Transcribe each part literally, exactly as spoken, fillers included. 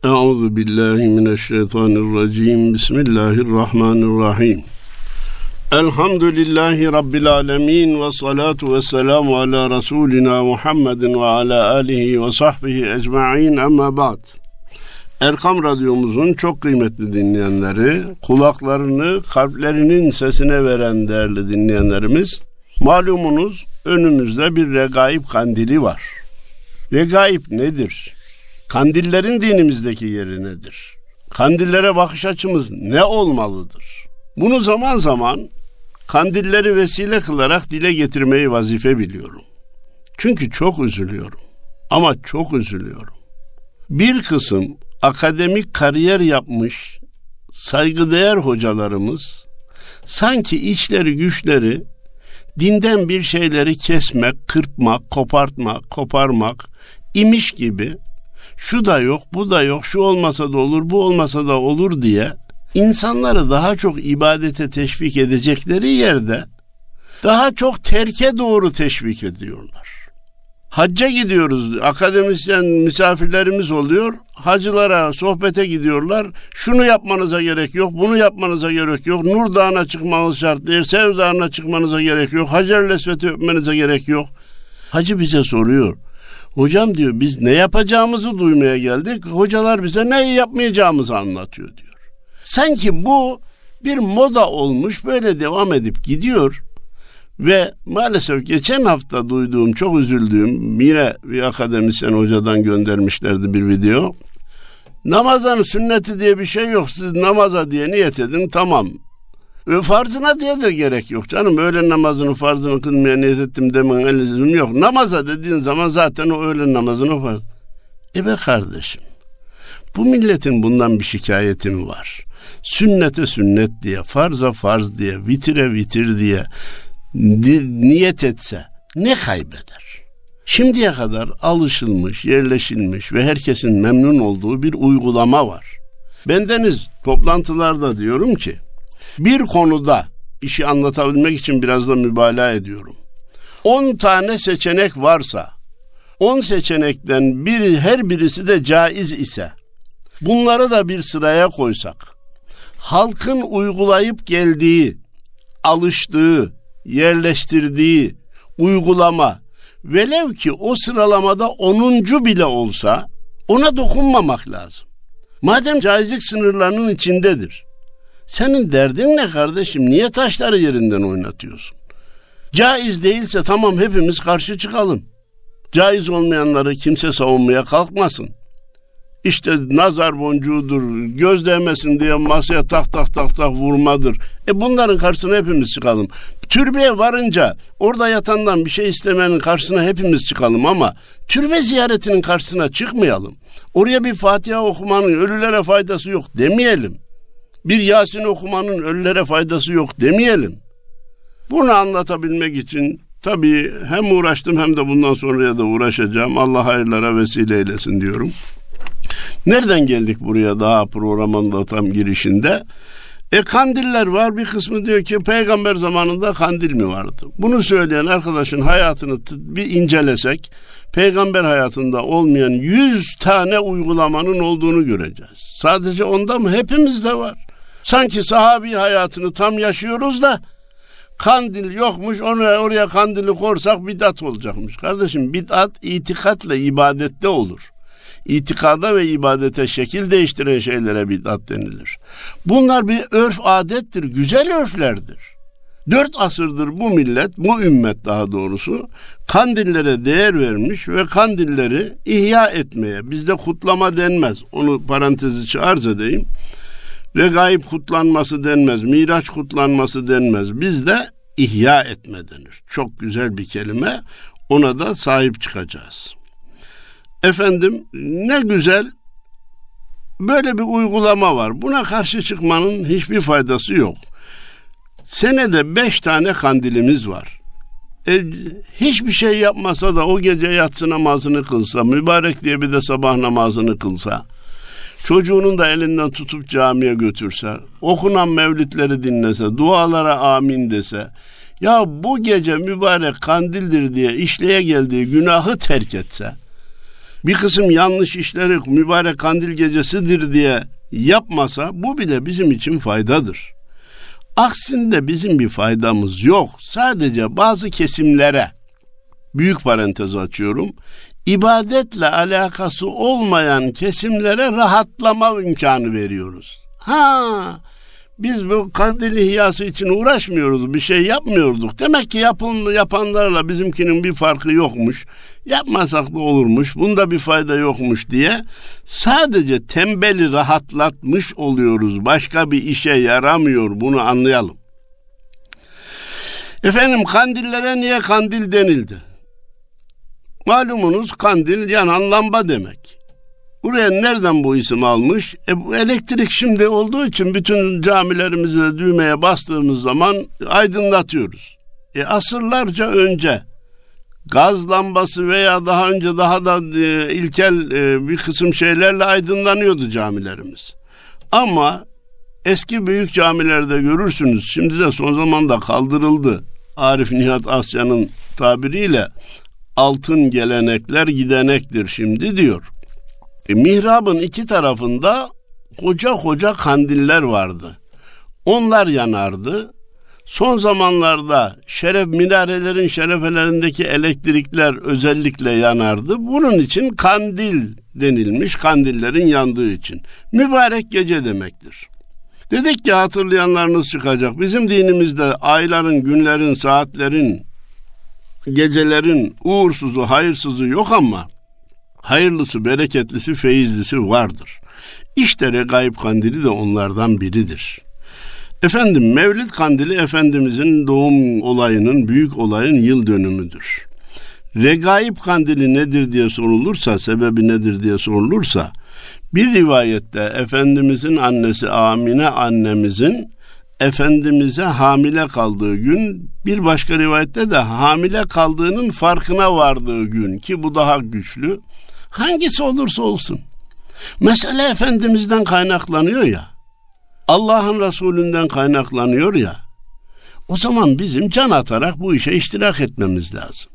Euzu billahi mineşşeytanirracim. Bismillahirrahmanirrahim. Elhamdülillahi Rabbil alemin ve salatu ve selamu ala Resulina Muhammedin ve ala alihi ve sahbihi ecma'in, amma ba'd. Erkam Radyomuzun çok kıymetli dinleyenleri, kulaklarını kalplerinin sesine veren değerli dinleyenlerimiz, malumunuz önümüzde bir regaib kandili var. Regaib nedir? Kandillerin dinimizdeki yeri nedir? Kandillere bakış açımız ne olmalıdır? Bunu zaman zaman kandilleri vesile kılarak dile getirmeyi vazife biliyorum. Çünkü çok üzülüyorum. Ama çok üzülüyorum. Bir kısım akademik kariyer yapmış saygıdeğer hocalarımız sanki içleri güçleri dinden bir şeyleri kesmek, kırpmak, kopartmak, koparmak imiş gibi, şu da yok, bu da yok, şu olmasa da olur, bu olmasa da olur diye insanları daha çok ibadete teşvik edecekleri yerde daha çok terke doğru teşvik ediyorlar. Hacca gidiyoruz, akademisyen misafirlerimiz oluyor, hacılara sohbete gidiyorlar, şunu yapmanıza gerek yok, bunu yapmanıza gerek yok, Nur Dağı'na çıkmanız şart değil, Sev Dağı'na çıkmanıza gerek yok, Hacer-i Esved'i öpmenize gerek yok. Hacı bize soruyor, hocam diyor, biz ne yapacağımızı duymaya geldik, hocalar bize ne yapmayacağımızı anlatıyor diyor. Sanki bu bir moda olmuş, böyle devam edip gidiyor. Ve maalesef geçen hafta duyduğum, çok üzüldüğüm, yine bir akademisyen hocadan göndermişlerdi bir video. Namazın sünneti diye bir şey yok, siz namaza diye niyet edin, tamam. Ve farzına diye de gerek yok canım, öğlen namazını farzını kılmaya niyet ettim demen elizim yok. Namaza dediğin zaman zaten o öğlen namazını farz. E be kardeşim, bu milletin bundan bir şikayeti mi var? Sünnete sünnet diye, farza farz diye, vitire vitir diye niyet etse ne kaybeder? Şimdiye kadar alışılmış, yerleşilmiş ve herkesin memnun olduğu bir uygulama var. Bendeniz toplantılarda diyorum ki, bir konuda işi anlatabilmek için biraz da mübalağa ediyorum. on tane seçenek varsa, on seçenekten biri, her birisi de caiz ise, bunları da bir sıraya koysak, halkın uygulayıp geldiği, alıştığı, yerleştirdiği uygulama, velev ki o sıralamada onuncu bile olsa, ona dokunmamak lazım. Madem caizlik sınırlarının içindedir, senin derdin ne kardeşim? Niye taşları yerinden oynatıyorsun? Caiz değilse tamam, hepimiz karşı çıkalım. Caiz olmayanları kimse savunmaya kalkmasın. İşte nazar boncuğudur, göz değmesin diye masaya tak tak tak tak vurmadır. E bunların karşısına hepimiz çıkalım. Türbeye varınca orada yatandan bir şey istemenin karşısına hepimiz çıkalım ama türbe ziyaretinin karşısına çıkmayalım. Oraya bir Fatiha okumanın ölülere faydası yok demeyelim. Bir Yasin okumanın ölülere faydası yok demeyelim. Bunu anlatabilmek için tabii hem uğraştım hem de bundan sonraya da uğraşacağım. Allah hayırlara vesile eylesin diyorum. Nereden geldik buraya daha programın da tam girişinde? E kandiller var, bir kısmı diyor ki peygamber zamanında kandil mi vardı? Bunu söyleyen arkadaşın hayatını bir incelesek, peygamber hayatında olmayan yüz tane uygulamanın olduğunu göreceğiz. Sadece onda mı? Hepimizde var. Sanki sahabi hayatını tam yaşıyoruz da kandil yokmuş, oraya, oraya kandili korsak bid'at olacakmış. Kardeşim, bid'at itikatla ibadette olur. İtikada ve ibadete şekil değiştiren şeylere bid'at denilir. Bunlar bir örf adettir, güzel örflerdir. Dört asırdır bu millet, bu ümmet daha doğrusu, kandillere değer vermiş ve kandilleri ihya etmeye, bizde kutlama denmez, onu parantez içi arz edeyim. Regaib kutlanması denmez, Miraç kutlanması denmez, bizde ihya etme denir. Çok güzel bir kelime, ona da sahip çıkacağız. Efendim, ne güzel, böyle bir uygulama var. Buna karşı çıkmanın hiçbir faydası yok. Senede beş tane kandilimiz var. E, hiçbir şey yapmasa da o gece yatsı namazını kılsa, mübarek diye bir de sabah namazını kılsa, çocuğunun da elinden tutup camiye götürse, okunan mevlidleri dinlese, dualara amin dese, ya bu gece mübarek kandildir diye işleye geldiği günahı terk etse, bir kısım yanlış işleri mübarek kandil gecesidir diye yapmasa bu bile bizim için faydadır. Aksinde bizim bir faydamız yok. Sadece bazı kesimlere, büyük parantez açıyorum, ibadetle alakası olmayan kesimlere rahatlama imkanı veriyoruz. Ha, biz bu kandil ihyası için uğraşmıyoruz, bir şey yapmıyorduk. Demek ki yapın, yapanlarla bizimkinin bir farkı yokmuş. Yapmasak da olurmuş, bunda bir fayda yokmuş diye sadece tembeli rahatlatmış oluyoruz. Başka bir işe yaramıyor, bunu anlayalım. Efendim, kandillere niye kandil denildi? Malumunuz kandil yanan lamba demek. Buraya nereden bu isim almış? E, bu elektrik şimdi olduğu için bütün camilerimizde düğmeye bastığımız zaman aydınlatıyoruz. E, asırlarca önce gaz lambası veya daha önce daha da e, ilkel e, bir kısım şeylerle aydınlanıyordu camilerimiz. Ama eski büyük camilerde görürsünüz, şimdi de son zamanda kaldırıldı. Arif Nihat Asya'nın tabiriyle altın gelenekler gidenektir şimdi diyor. E, mihrabın iki tarafında koca koca kandiller vardı. Onlar yanardı. Son zamanlarda şeref minarelerin şerefelerindeki elektrikler özellikle yanardı. Bunun için kandil denilmiş, kandillerin yandığı için. Mübarek gece demektir. Dedik ki hatırlayanlarınız çıkacak. Bizim dinimizde ayların, günlerin, saatlerin, gecelerin uğursuzu, hayırsızı yok ama hayırlısı, bereketlisi, feyizlisi vardır. İşte Regaib Kandili de onlardan biridir. Efendim, Mevlid Kandili Efendimizin doğum olayının, büyük olayın yıl dönümüdür. Regaib Kandili nedir diye sorulursa, sebebi nedir diye sorulursa, bir rivayette Efendimizin annesi Amine annemizin Efendimiz'e hamile kaldığı gün, bir başka rivayette de hamile kaldığının farkına vardığı gün, ki bu daha güçlü. Hangisi olursa olsun, mesele Efendimiz'den kaynaklanıyor ya, Allah'ın Resulünden kaynaklanıyor ya, o zaman bizim can atarak bu işe iştirak etmemiz lazım.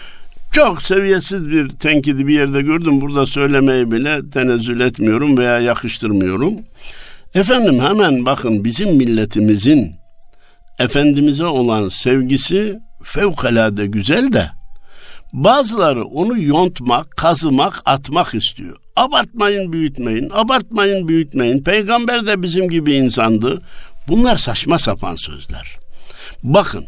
Çok seviyesiz bir tenkidi bir yerde gördüm, burada söylemeyi bile tenezzül etmiyorum veya yakıştırmıyorum. Efendim, hemen bakın, bizim milletimizin Efendimiz'e olan sevgisi fevkalade güzel de bazıları onu yontmak, kazımak, atmak istiyor. Abartmayın, büyütmeyin, abartmayın, büyütmeyin. Peygamber de bizim gibi insandı. Bunlar saçma sapan sözler. Bakın,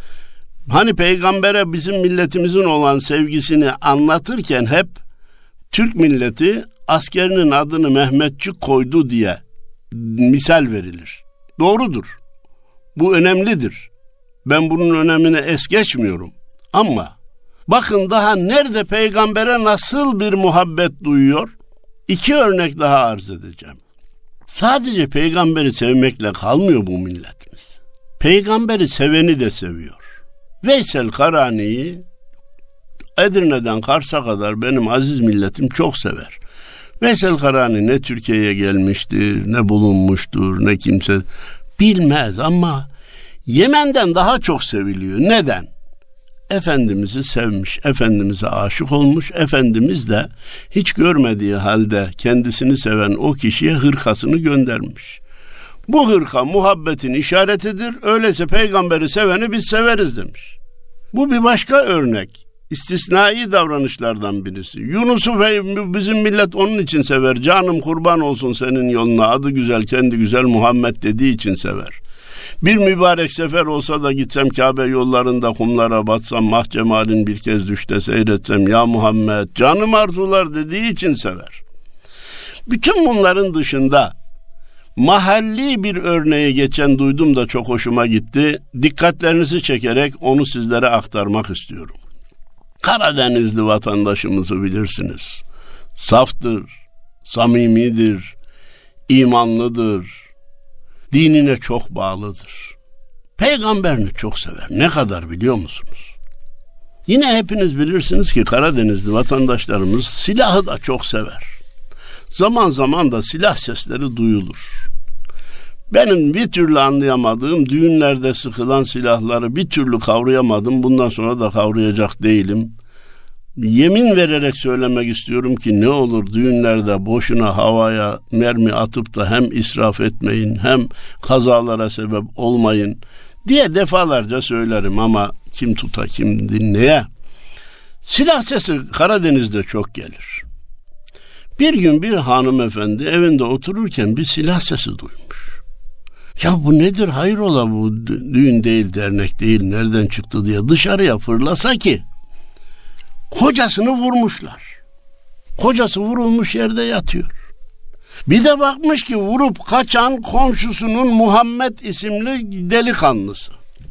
hani peygambere bizim milletimizin olan sevgisini anlatırken hep Türk milleti askerinin adını Mehmetçik koydu diye misal verilir. Doğrudur. Bu önemlidir. Ben bunun önemine es geçmiyorum. Ama bakın, daha nerede peygambere nasıl bir muhabbet duyuyor? İki örnek daha arz edeceğim. Sadece peygamberi sevmekle kalmıyor bu milletimiz. Peygamberi seveni de seviyor. Veysel Karani'yi Edirne'den Kars'a kadar benim aziz milletim çok sever. Veysel Karani ne Türkiye'ye gelmiştir, ne bulunmuştur, ne kimse bilmez ama Yemen'den daha çok seviliyor. Neden? Efendimiz'i sevmiş, Efendimiz'e aşık olmuş. Efendimiz de hiç görmediği halde kendisini seven o kişiye hırkasını göndermiş. Bu hırka muhabbetin işaretidir. Öyleyse peygamberi seveni biz severiz demiş. Bu bir başka örnek. İstisnai davranışlardan birisi. Yunus'u bizim millet onun için sever. Canım kurban olsun senin yoluna, adı güzel, kendi güzel Muhammed dediği için sever. Bir mübarek sefer olsa da gitsem Kabe yollarında kumlara batsam, mah cemalin bir kez düşte seyretsem, ya Muhammed canım arzular dediği için sever. Bütün bunların dışında mahalli bir örneği geçen duydum da çok hoşuma gitti. Dikkatlerinizi çekerek onu sizlere aktarmak istiyorum. Karadenizli vatandaşımızı bilirsiniz. Saftır, samimidir, imanlıdır, dinine çok bağlıdır. Peygamberini çok sever. Ne kadar biliyor musunuz? Yine hepiniz bilirsiniz ki Karadenizli vatandaşlarımız silahı da çok sever. Zaman zaman da silah sesleri duyulur. Benim bir türlü anlayamadığım, düğünlerde sıkılan silahları bir türlü kavrayamadım. Bundan sonra da kavrayacak değilim. Yemin vererek söylemek istiyorum ki ne olur düğünlerde boşuna havaya mermi atıp da hem israf etmeyin hem kazalara sebep olmayın diye defalarca söylerim ama kim tuta kim dinleye. Silah sesi Karadeniz'de çok gelir. Bir gün bir hanımefendi evinde otururken bir silah sesi duymuş. Ya bu nedir hayrola, bu düğün değil dernek değil nereden çıktı diye dışarıya fırlasa ki kocasını vurmuşlar. Kocası vurulmuş yerde yatıyor. Bir de bakmış ki vurup kaçan komşusunun Muhammed isimli delikanlısı.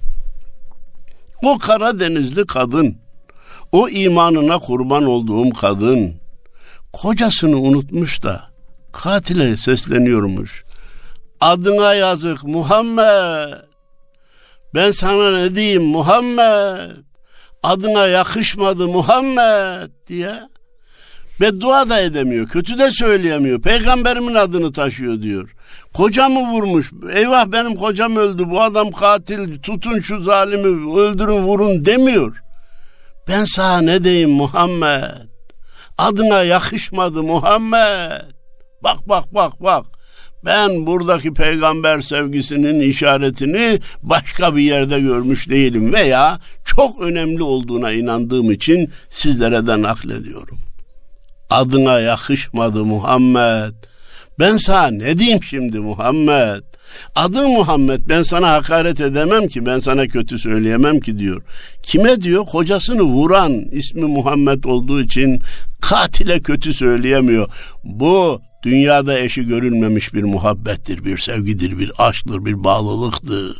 O Karadenizli kadın, o imanına kurban olduğum kadın kocasını unutmuş da katile sesleniyormuş. Adına yazık Muhammed. Ben sana ne diyeyim Muhammed? Adına yakışmadı Muhammed diye. Beddua da edemiyor. Kötü de söyleyemiyor. Peygamberimin adını taşıyor diyor. Kocamı vurmuş. Eyvah benim kocam öldü. Bu adam katil. Tutun şu zalimi. Öldürün vurun demiyor. Ben sana ne diyeyim Muhammed? Adına yakışmadı Muhammed. Bak bak bak bak. Ben buradaki peygamber sevgisinin işaretini başka bir yerde görmüş değilim veya çok önemli olduğuna inandığım için sizlere de naklediyorum. Adına yakışmadı Muhammed. Ben sana ne diyeyim şimdi Muhammed? Adın Muhammed, ben sana hakaret edemem ki, ben sana kötü söyleyemem ki diyor. Kime diyor? Kocasını vuran, ismi Muhammed olduğu için katile kötü söyleyemiyor. Bu dünyada eşi görülmemiş bir muhabbettir, bir sevgidir, bir aşktır, bir bağlılıktır.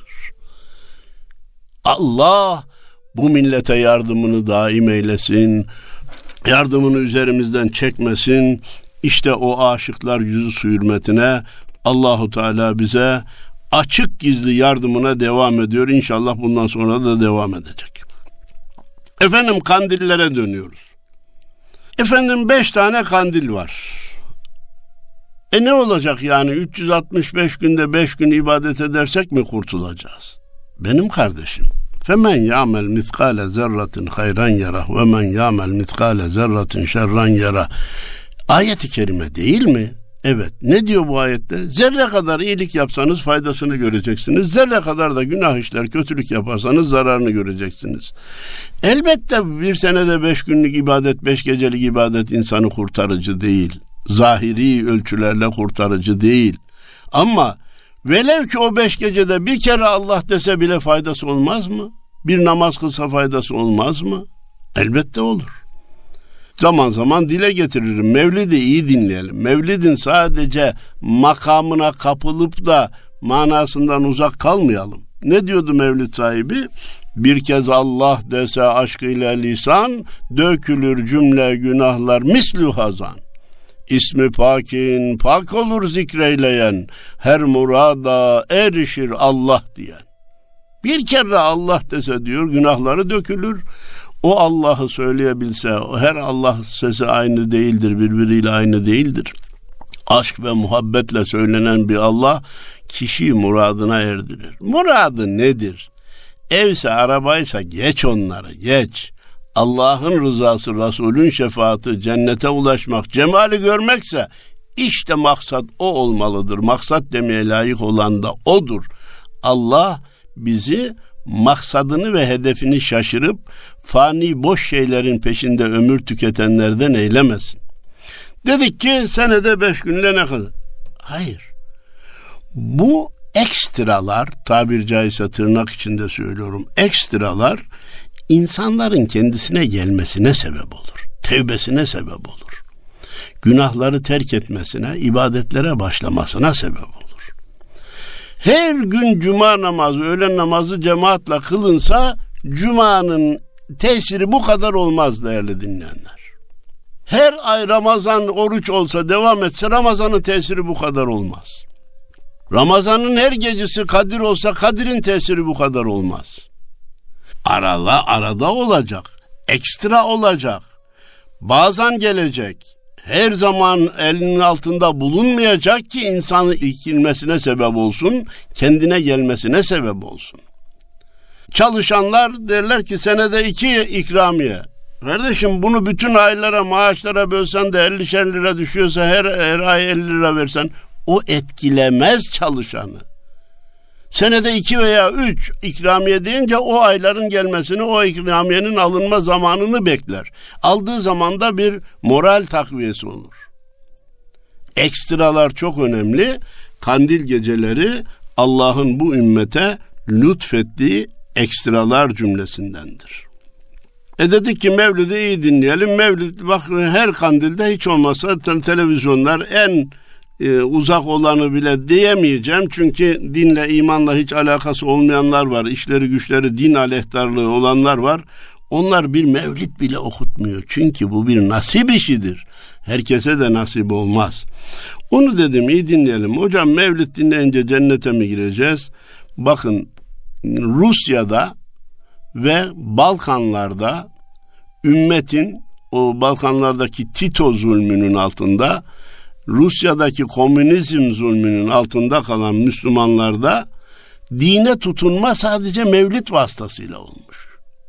Allah bu millete yardımını daim eylesin, yardımını üzerimizden çekmesin. İşte o aşıklar yüzü su hürmetine Allahu Teala bize açık gizli yardımına devam ediyor. İnşallah bundan sonra da devam edecek. Efendim kandillere dönüyoruz. Efendim beş tane kandil var. E ne olacak yani üç yüz altmış beş günde beş gün ibadet edersek mi kurtulacağız? Benim kardeşim. Femen ya'mel miskale zerratin hayran yara ve men ya'mel miskale zerratin şerran yara. Ayet-i kerime değil mi? Evet. Ne diyor bu ayette? Zerre kadar iyilik yapsanız faydasını göreceksiniz. Zerre kadar da günah işler, kötülük yaparsanız zararını göreceksiniz. Elbette bir senede beş günlük ibadet, beş gecelik ibadet insanı kurtarıcı değil. Zahiri ölçülerle kurtarıcı değil. Ama velev ki o beş gecede bir kere Allah dese bile faydası olmaz mı? Bir namaz kılsa faydası olmaz mı? Elbette olur. Zaman zaman dile getiririm. Mevlid'i iyi dinleyelim. Mevlid'in sadece makamına kapılıp da manasından uzak kalmayalım. Ne diyordu Mevlid sahibi? Bir kez Allah dese aşkıyla lisan, dökülür cümle günahlar mislü hazan. İsmi pakin pak olur zikreyleyen, her murada erişir Allah diyen. Bir kere Allah dese diyor günahları dökülür. O Allah'ı söyleyebilse, her Allah sesi aynı değildir, birbiriyle aynı değildir. Aşk ve muhabbetle söylenen bir Allah kişiyi muradına erdirir. Muradı nedir? Evse, arabaysa geç onları, geç. Allah'ın rızası, Resulün şefaati, cennete ulaşmak, cemali görmekse işte maksat o olmalıdır. Maksat demeye layık olan da odur. Allah bizi maksadını ve hedefini şaşırıp fani boş şeylerin peşinde ömür tüketenlerden eylemesin. Dedik ki senede beş günle ne kadar? Hayır. Bu ekstralar, tabir caizse tırnak içinde söylüyorum, ekstralar insanların kendisine gelmesine sebep olur. Tevbesine sebep olur. Günahları terk etmesine, ibadetlere başlamasına sebep olur. Her gün cuma namazı, öğlen namazı cemaatle kılınsa cumanın tesiri bu kadar olmaz değerli dinleyenler. Her ay Ramazan oruç olsa, devam etse Ramazan'ın tesiri bu kadar olmaz. Ramazan'ın her gecesi Kadir olsa Kadir'in tesiri bu kadar olmaz. Arada arada olacak, ekstra olacak, bazen gelecek. Her zaman elinin altında bulunmayacak ki insanın ilkilmesine sebep olsun, kendine gelmesine sebep olsun. Çalışanlar derler ki senede iki ikramiye. Kardeşim bunu bütün aylara, maaşlara bölsen de ellişer lira düşüyorsa her, her ay elli lira versen o etkilemez çalışanı. Senede iki veya üç ikramiye deyince o ayların gelmesini, o ikramiyenin alınma zamanını bekler. Aldığı zaman da bir moral takviyesi olur. Ekstralar çok önemli. Kandil geceleri Allah'ın bu ümmete lütfettiği ekstralar cümlesindendir. E dedik ki Mevlid'i iyi dinleyelim. Mevlid bak her kandilde hiç olmazsa televizyonlar en e, uzak olanı bile diyemeyeceğim. Çünkü dinle imanla hiç alakası olmayanlar var. İşleri güçleri din aleyhtarlığı olanlar var. Onlar bir mevlid bile okutmuyor. Çünkü bu bir nasip işidir. Herkese de nasip olmaz. Onu dedim iyi dinleyelim. Hocam mevlid dinleyince cennete mi gireceğiz? Bakın Rusya'da ve Balkanlarda ümmetin o Balkanlardaki Tito zulmünün altında, Rusya'daki komünizm zulmünün altında kalan Müslümanlarda dine tutunma sadece mevlid vasıtasıyla olmuş.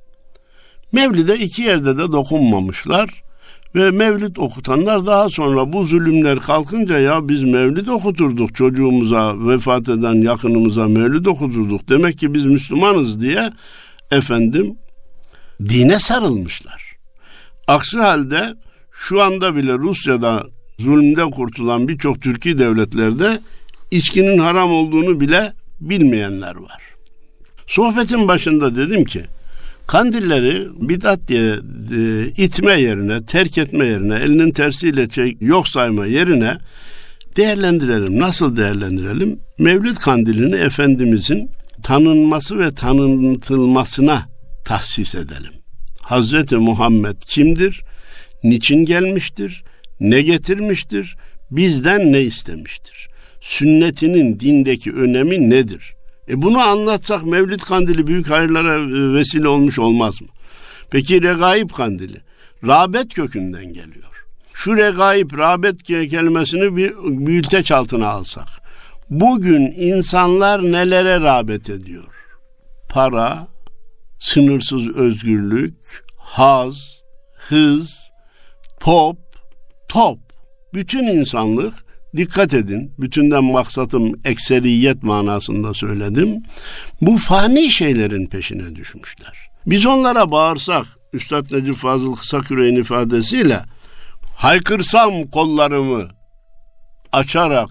Mevlide iki yerde de dokunmamışlar ve mevlid okutanlar daha sonra bu zulümler kalkınca ya biz mevlid okuturduk çocuğumuza, vefat eden yakınımıza mevlid okuturduk. Demek ki biz Müslümanız diye efendim dine sarılmışlar. Aksi halde şu anda bile Rusya'da zulümden kurtulan birçok Türkiye devletlerde içkinin haram olduğunu bile bilmeyenler var. Sohbetin başında dedim ki kandilleri bid'at diye e, itme yerine, terk etme yerine, elinin tersiyle çek, yok sayma yerine değerlendirelim. Nasıl değerlendirelim? Mevlid kandilini Efendimizin tanınması ve tanıtılmasına tahsis edelim. Hazreti Muhammed kimdir? Niçin gelmiştir? Ne getirmiştir? Bizden ne istemiştir? Sünnetinin dindeki önemi nedir? E bunu anlatsak Mevlid kandili büyük hayırlara vesile olmuş olmaz mı? Peki regaib kandili? Rağbet kökünden geliyor. Şu regaib, rağbet kelimesini bir büyülteç altına alsak. Bugün insanlar nelere rağbet ediyor? Para, sınırsız özgürlük, haz, hız, pop, top. Bütün insanlık, dikkat edin, bütünden maksatım ekseriyet manasında söyledim. Bu fani şeylerin peşine düşmüşler. Biz onlara bağırsak, Üstad Necip Fazıl Kısaküre'nin ifadesiyle haykırsam kollarımı açarak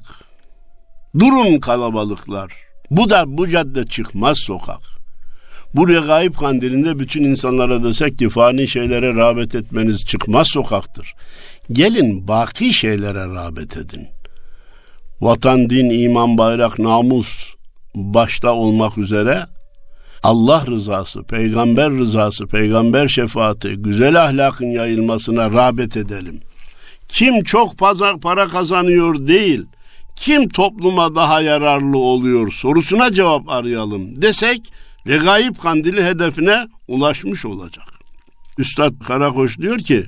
durun kalabalıklar. Bu da bu cadde çıkmaz sokak. Bu regaib kandilinde bütün insanlara desek ki fani şeylere rağbet etmeniz çıkmaz sokaktır. Gelin baki şeylere rağbet edin. Vatan, din, iman, bayrak, namus başta olmak üzere Allah rızası, peygamber rızası, peygamber şefaati, güzel ahlakın yayılmasına rağbet edelim. Kim çok para kazanıyor değil, kim topluma daha yararlı oluyor sorusuna cevap arayalım desek, regaib kandili hedefine ulaşmış olacak. Üstad Karakoç diyor ki,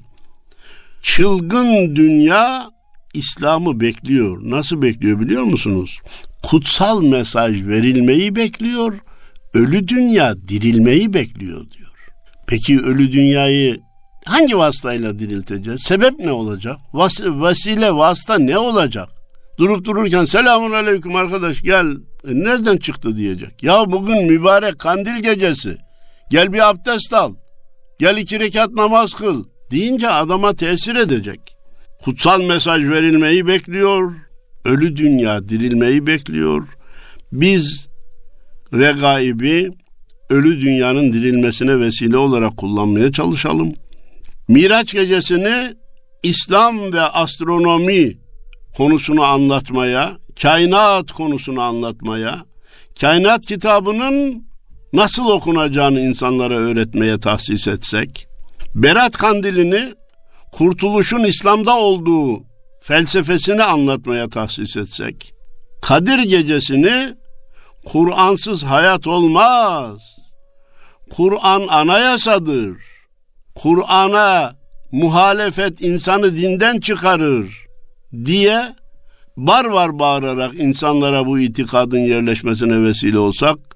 çılgın dünya İslam'ı bekliyor. Nasıl bekliyor biliyor musunuz? Kutsal mesaj verilmeyi bekliyor, ölü dünya dirilmeyi bekliyor diyor. Peki ölü dünyayı hangi vasıtayla dirilteceğiz? Sebep ne olacak? Vas- vesile, vasıta ne olacak? Durup dururken selamun aleyküm arkadaş gel, e, nereden çıktı diyecek. Ya bugün mübarek kandil gecesi, gel bir abdest al, gel iki rekat namaz kıl deyince adama tesir edecek. Kutsal mesaj verilmeyi bekliyor, ölü dünya dirilmeyi bekliyor. Biz regaibi ölü dünyanın dirilmesine vesile olarak kullanmaya çalışalım. Miraç gecesini İslam ve astronomi konusunu anlatmaya, kainat konusunu anlatmaya, kainat kitabının nasıl okunacağını insanlara öğretmeye tahsis etsek, Berat kandilini kurtuluşun İslam'da olduğu felsefesini anlatmaya tahsis etsek, Kadir gecesini Kur'ansız hayat olmaz, Kur'an anayasadır, Kur'an'a muhalefet insanı dinden çıkarır diye bar var bağırarak insanlara bu itikadın yerleşmesine vesile olsak,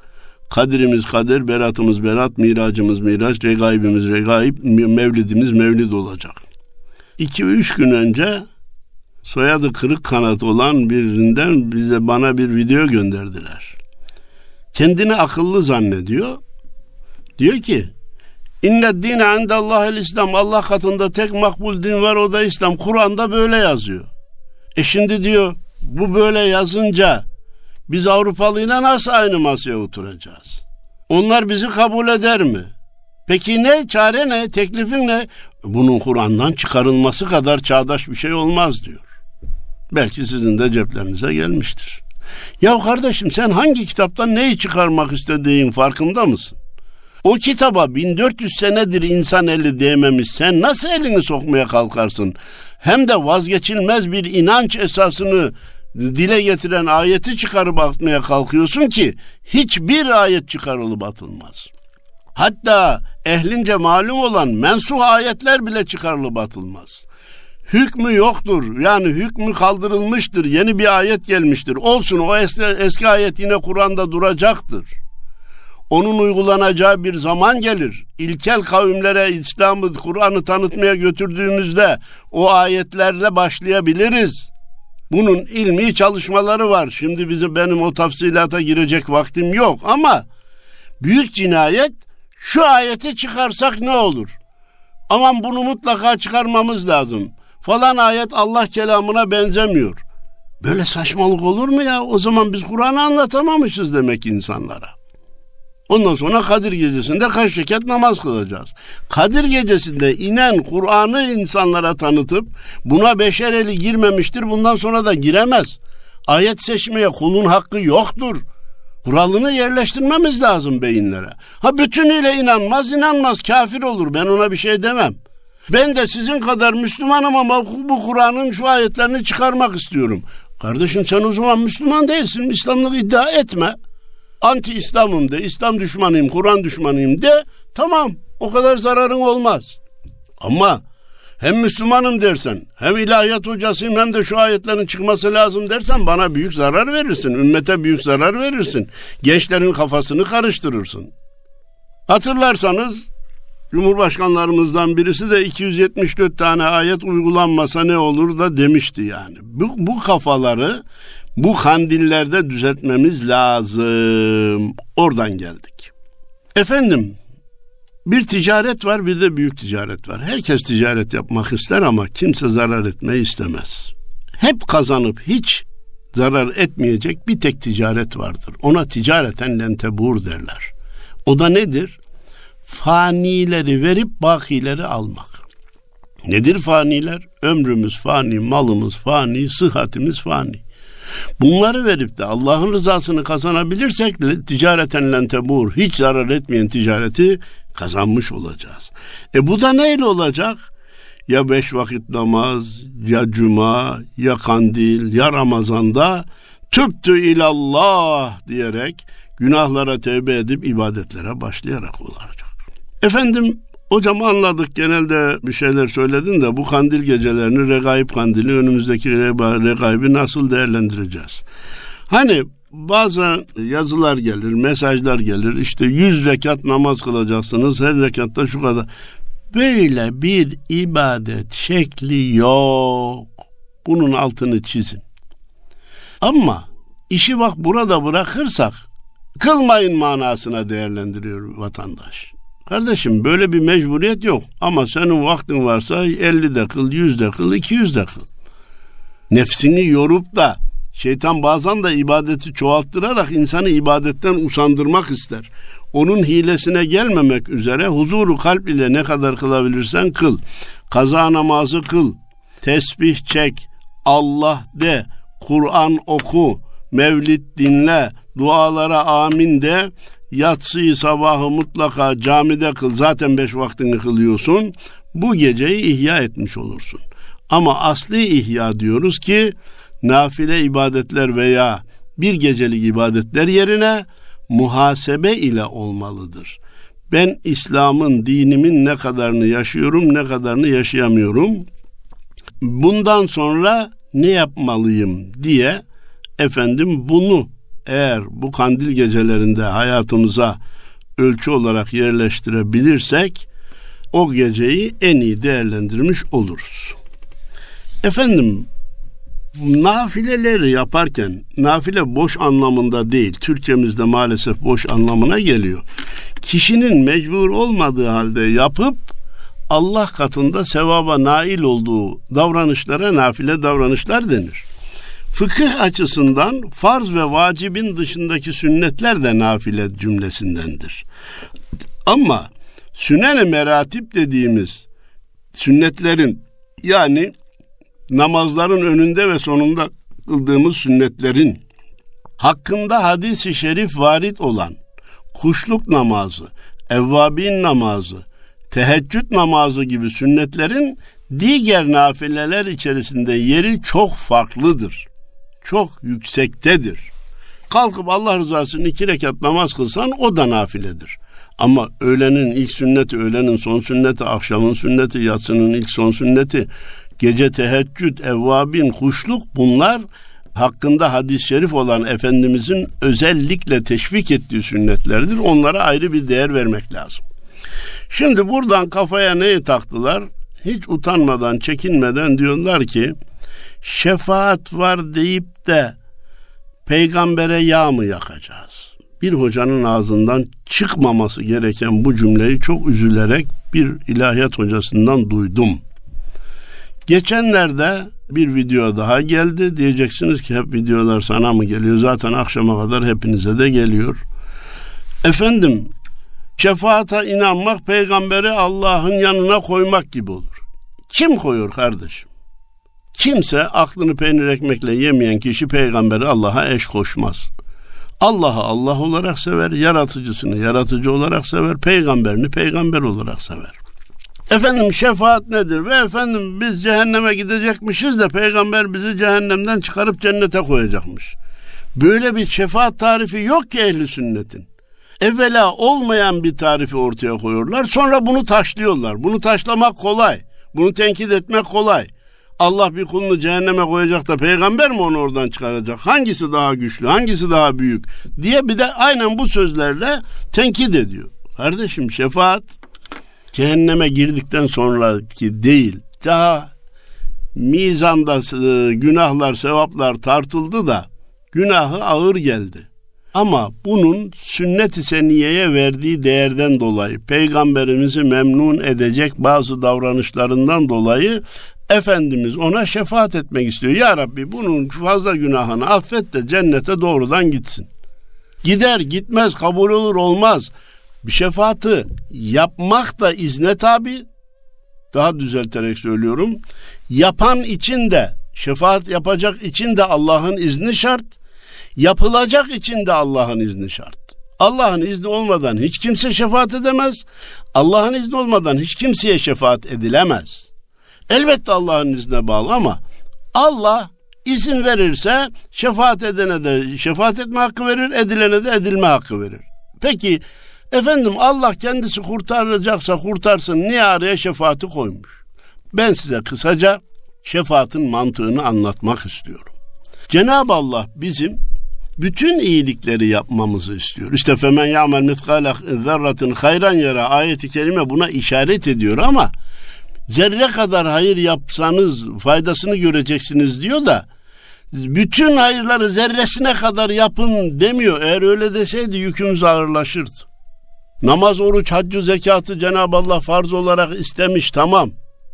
Kadirimiz kadir, beratımız berat, miracımız miraç, regaibimiz regaib, mevlidimiz mevlid olacak. İki üç gün önce soyadı kırık kanat olan birinden bize bana bir video gönderdiler. Kendini akıllı zannediyor. Diyor ki, İnned dîne indellâhil İslam. Allah katında tek makbul din var, o da İslam. Kur'an'da böyle yazıyor. E şimdi diyor, bu böyle yazınca biz Avrupalıyla nasıl aynı masaya oturacağız? Onlar bizi kabul eder mi? Peki ne? Çare ne? Teklifin ne? Bunun Kur'an'dan çıkarılması kadar çağdaş bir şey olmaz diyor. Belki sizin de ceplerinize gelmiştir. Ya kardeşim, sen hangi kitaptan neyi çıkarmak istediğin farkında mısın? O kitaba bin dört yüz senedir insan eli değmemiş, sen nasıl elini sokmaya kalkarsın? Hem de vazgeçilmez bir inanç esasını dile getiren ayeti çıkarıp atmaya kalkıyorsun ki hiçbir ayet çıkarılıp atılmaz. Hatta ehlince malum olan mensuh ayetler bile çıkarılıp atılmaz. Hükmü yoktur, yani hükmü kaldırılmıştır, yeni bir ayet gelmiştir. Olsun, o eski, eski ayet yine Kur'an'da duracaktır. Onun uygulanacağı bir zaman gelir. İlkel kavimlere İslam'ı, Kur'an'ı tanıtmaya götürdüğümüzde o ayetlerle başlayabiliriz. Bunun ilmi çalışmaları var. Şimdi bizim benim o tafsilata girecek vaktim yok ama büyük cinayet şu ayeti çıkarsak ne olur? Aman bunu mutlaka çıkarmamız lazım. Falan ayet Allah kelamına benzemiyor. Böyle saçmalık olur mu ya? O zaman biz Kur'an'ı anlatamamışız demek insanlara. Ondan sonra Kadir Gecesi'nde kaç rekat namaz kılacağız. Kadir Gecesi'nde inen Kur'an'ı insanlara tanıtıp buna beşer eli girmemiştir, bundan sonra da giremez. Ayet seçmeye kulun hakkı yoktur. Kuralını yerleştirmemiz lazım beyinlere. Ha bütünüyle inanmaz, inanmaz, kafir olur. Ben ona bir şey demem. Ben de sizin kadar Müslümanım ama bu Kur'an'ın şu ayetlerini çıkarmak istiyorum. Kardeşim, sen o zaman Müslüman değilsin. İslamlık iddia etme. Anti-İslam'ım de, İslam düşmanıyım, Kur'an düşmanıyım de, tamam, o kadar zararın olmaz. Ama hem Müslümanım dersen, hem ilahiyat hocasıyım, hem de şu ayetlerin çıkması lazım dersen bana büyük zarar verirsin, ümmete büyük zarar verirsin, gençlerin kafasını karıştırırsın. Hatırlarsanız Cumhurbaşkanlarımızdan birisi de iki yüz yetmiş dört tane ayet uygulanmasa ne olur da demişti yani. Bu, bu kafaları bu kandillerde düzeltmemiz lazım. Oradan geldik. Efendim, bir ticaret var, bir de büyük ticaret var. Herkes ticaret yapmak ister ama kimse zarar etmeyi istemez. Hep kazanıp hiç zarar etmeyecek bir tek ticaret vardır. Ona ticareten lentebur derler. O da nedir? Fanileri verip bakileri almak. Nedir faniler? Ömrümüz fani, malımız fani, sıhhatimiz fani. Bunları verip de Allah'ın rızasını kazanabilirsek ticareten lentebur, hiç zarar etmeyen ticareti kazanmış olacağız. E bu da neyle olacak? Ya beş vakit namaz, ya cuma, ya kandil, ya Ramazan'da tübtü ilallah diyerek günahlara tevbe edip ibadetlere başlayarak olacak. Efendim, hocam anladık, genelde bir şeyler söyledin de bu kandil gecelerini, regaib kandili, önümüzdeki regaibi nasıl değerlendireceğiz? Hani bazı yazılar gelir, mesajlar gelir, işte yüz rekat namaz kılacaksınız, her rekatta şu kadar. Böyle bir ibadet şekli yok. Bunun altını çizin. Ama işi bak burada bırakırsak kılmayın manasına değerlendiriyor vatandaş. Kardeşim, böyle bir mecburiyet yok. Ama senin vaktin varsa elli de kıl, yüz de kıl, iki yüz de kıl. Nefsini yorup da şeytan bazen de ibadeti çoğalttırarak insanı ibadetten usandırmak ister. Onun hilesine gelmemek üzere huzuru kalp ile ne kadar kılabilirsen kıl. Kaza namazı kıl. Tesbih çek. Allah de. Kur'an oku. Mevlid dinle. Dualara amin de. Yatsıyı sabahı mutlaka camide kıl. Zaten beş vaktini kılıyorsun. Bu geceyi ihya etmiş olursun. Ama asli ihya diyoruz ki nafile ibadetler veya bir gecelik ibadetler yerine muhasebe ile olmalıdır. Ben İslam'ın, dinimin ne kadarını yaşıyorum, ne kadarını yaşayamıyorum. Bundan sonra ne yapmalıyım diye efendim bunu eğer bu kandil gecelerinde hayatımıza ölçü olarak yerleştirebilirsek o geceyi en iyi değerlendirmiş oluruz. Efendim, nafileleri yaparken, nafile boş anlamında değil, Türkçemizde maalesef boş anlamına geliyor. Kişinin mecbur olmadığı halde yapıp Allah katında sevaba nail olduğu davranışlara nafile davranışlar denir. Fıkıh açısından farz ve vacibin dışındaki sünnetler de nafile cümlesindendir. Ama sünen-i meratip dediğimiz sünnetlerin, yani namazların önünde ve sonunda kıldığımız sünnetlerin hakkında hadis-i şerif varit olan kuşluk namazı, evvabin namazı, teheccüd namazı gibi sünnetlerin diğer nafileler içerisinde yeri çok farklıdır. Çok yüksektedir. Kalkıp Allah rızası için iki rekat namaz kılsan o da nafiledir. Ama öğlenin ilk sünneti, öğlenin son sünneti, akşamın sünneti, yatsının ilk son sünneti, gece teheccüd, evvabin, kuşluk, bunlar hakkında hadis-i şerif olan Efendimizin özellikle teşvik ettiği sünnetlerdir. Onlara ayrı bir değer vermek lazım. Şimdi buradan kafaya neyi taktılar? Hiç utanmadan, çekinmeden diyorlar ki şefaat var deyip de peygambere yağ mı yakacağız? Bir hocanın ağzından çıkmaması gereken bu cümleyi çok üzülerek bir ilahiyat hocasından duydum. Geçenlerde bir video daha geldi. Diyeceksiniz ki hep videolar sana mı geliyor? Zaten akşama kadar hepinize de geliyor. Efendim, şefaata inanmak peygamberi Allah'ın yanına koymak gibi olur. Kim koyuyor kardeşim? Kimse aklını peynir ekmekle yemeyen kişi peygamberi Allah'a eş koşmaz. Allah'ı Allah olarak sever, yaratıcısını yaratıcı olarak sever, peygamberini peygamber olarak sever. Efendim, şefaat nedir? Ve efendim biz cehenneme gidecekmişiz de peygamber bizi cehennemden çıkarıp cennete koyacakmış. Böyle bir şefaat tarifi yok ki ehli sünnetin. Evvela olmayan bir tarifi ortaya koyuyorlar, sonra bunu taşlıyorlar. Bunu taşlamak kolay, bunu tenkit etmek kolay. Allah bir kulunu cehenneme koyacak da peygamber mi onu oradan çıkaracak? Hangisi daha güçlü, hangisi daha büyük diye bir de aynen bu sözlerle tenkit ediyor. Kardeşim, şefaat cehenneme girdikten sonraki değil. Daha mizanda e, günahlar, sevaplar tartıldı da günahı ağır geldi. Ama bunun sünnet-i seniyeye verdiği değerden dolayı, peygamberimizi memnun edecek bazı davranışlarından dolayı Efendimiz ona şefaat etmek istiyor. Ya Rabbi, bunun fazla günahını affet de cennete doğrudan gitsin. Gider gitmez, kabul olur olmaz. Bir şefaati yapmak da izne tabi. Daha düzelterek söylüyorum. Yapan için de, şefaat yapacak için de Allah'ın izni şart. Yapılacak için de Allah'ın izni şart. Allah'ın izni olmadan hiç kimse şefaat edemez. Allah'ın izni olmadan hiç kimseye şefaat edilemez. Elbette Allah'ın iznine bağlı ama Allah izin verirse şefaat edene de şefaat etme hakkı verir, edilene de edilme hakkı verir. Peki efendim, Allah kendisi kurtaracaksa kurtarsın, niye araya şefaati koymuş? Ben size kısaca şefaatin mantığını anlatmak istiyorum. Cenab-ı Allah bizim bütün iyilikleri yapmamızı istiyor. İşte femen ya'mel mitkale zerratin hayran yara ayeti kerime buna işaret ediyor ama zerre kadar hayır yapsanız faydasını göreceksiniz diyor da bütün hayırları zerresine kadar yapın demiyor. Eğer öyle deseydi yükümüz ağırlaşırdı. Namaz, oruç, haccı, zekatı Cenab-ı Allah farz olarak istemiş, tamam.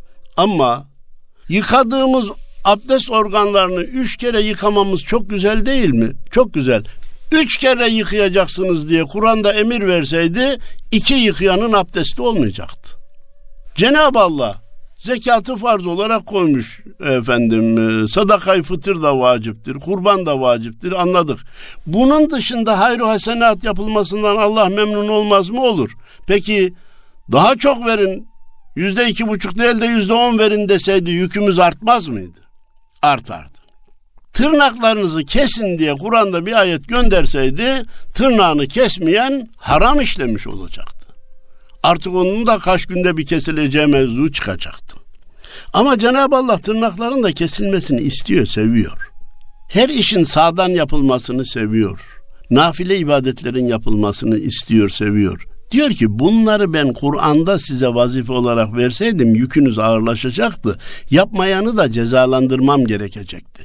Ama yıkadığımız abdest organlarını üç kere yıkamamız çok güzel değil mi? Çok güzel. Üç kere yıkayacaksınız diye Kur'an'da emir verseydi iki yıkayanın abdesti olmayacaktı. Cenab-ı Allah zekatı farz olarak koymuş efendim. Sadakayı fıtır da vaciptir, kurban da vaciptir, anladık. Bunun dışında hayır-ı hasenat yapılmasından Allah memnun olmaz mı? Olur. Peki daha çok verin, yüzde iki buçuk değil de yüzde on verin deseydi yükümüz artmaz mıydı? Artardı. Tırnaklarınızı kesin diye Kur'an'da bir ayet gönderseydi tırnağını kesmeyen haram işlemiş olacaktı. Artık onun da kaç günde bir kesileceği mevzu çıkacaktı. Ama Cenab-ı Allah tırnakların da kesilmesini istiyor, seviyor. Her işin sağdan yapılmasını seviyor. nafile ibadetlerin yapılmasını istiyor, seviyor. Diyor ki bunları ben Kur'an'da size vazife olarak verseydim yükünüz ağırlaşacaktı. Yapmayanı da cezalandırmam gerekecekti.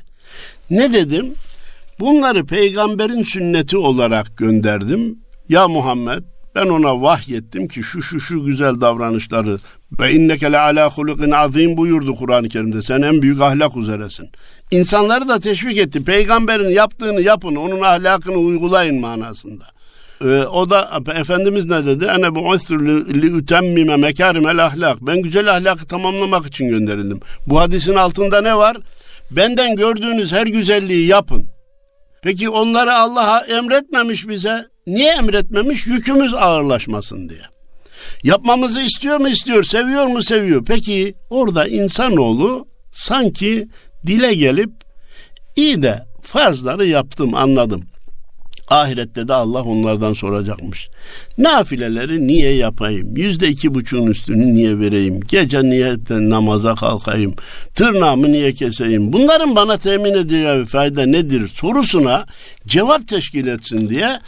Ne dedim? Bunları peygamberin sünneti olarak gönderdim. Ya Muhammed, ben ona vahyettim ki şu şu şu güzel davranışları ve inneke le ala hulukin azim buyurdu Kur'an-ı Kerim'de. Sen en büyük ahlak üzeresin. İnsanları da teşvik etti. Peygamberin yaptığını yapın, onun ahlakını uygulayın manasında. Ee, o da Efendimiz ne dedi? Ene bu'ithru li utemmime mekârimel ahlak. Ben güzel ahlakı tamamlamak için gönderildim. Bu hadisin altında ne var? Benden gördüğünüz her güzelliği yapın. Peki onları Allah'a emretmemiş bize. Niye emretmemiş? Yükümüz ağırlaşmasın diye. Yapmamızı istiyor mu istiyor, seviyor mu seviyor. Peki orada insanoğlu sanki dile gelip iyi de farzları yaptım, anladım. Ahirette de Allah onlardan soracakmış. Nafileleri niye yapayım? Yüzde iki buçuğun üstünü niye vereyim? Gece niye namaza kalkayım? Tırnağımı niye keseyim? Bunların bana temin edeceği fayda nedir? Sorusuna cevap teşkil etsin diye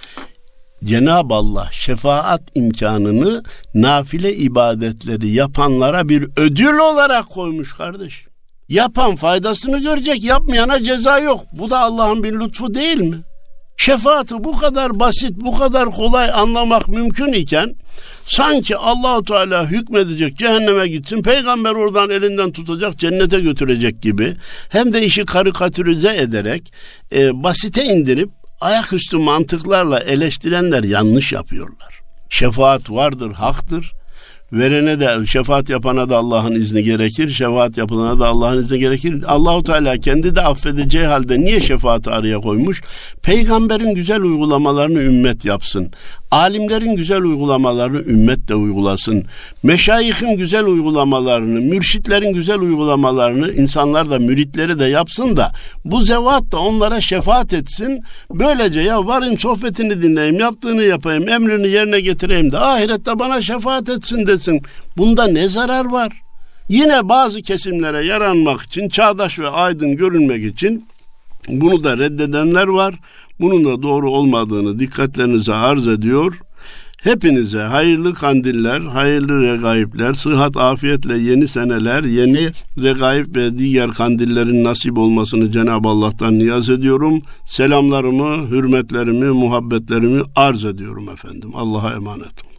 Cenab-ı Allah şefaat imkanını nafile ibadetleri yapanlara bir ödül olarak koymuş kardeş. Yapan faydasını görecek, yapmayana ceza yok. Bu da Allah'ın bir lütfu değil mi? Şefaati bu kadar basit, bu kadar kolay anlamak mümkün iken sanki Allah-u Teala hükmedecek, cehenneme gitsin, peygamber oradan elinden tutacak, cennete götürecek gibi, hem de işi karikatürize ederek e, basite indirip ayaküstü mantıklarla eleştirenler yanlış yapıyorlar. Şefaat vardır, haktır. Verene de, şefaat yapana da Allah'ın izni gerekir. Şefaat yapılana da Allah'ın izni gerekir. Allahu Teala kendi de affedeceği halde niye şefaati araya koymuş? Peygamberin güzel uygulamalarını ümmet yapsın. Alimlerin güzel uygulamalarını ümmet de uygulasın. Meşayihin güzel uygulamalarını, mürşitlerin güzel uygulamalarını insanlar da, müritleri de yapsın da bu zevat da onlara şefaat etsin. Böylece ya varın sohbetini dinleyeyim, yaptığını yapayım, emrini yerine getireyim de ahirette bana şefaat etsin desin. Bunda ne zarar var? Yine bazı kesimlere yaranmak için, çağdaş ve aydın görünmek için bunu da reddedenler var. Bunun da doğru olmadığını dikkatlerinize arz ediyor. Hepinize hayırlı kandiller, hayırlı regaibler, sıhhat, afiyetle yeni seneler, yeni regaib ve diğer kandillerin nasip olmasını Cenab-ı Allah'tan niyaz ediyorum. Selamlarımı, hürmetlerimi, muhabbetlerimi arz ediyorum efendim. Allah'a emanet olun.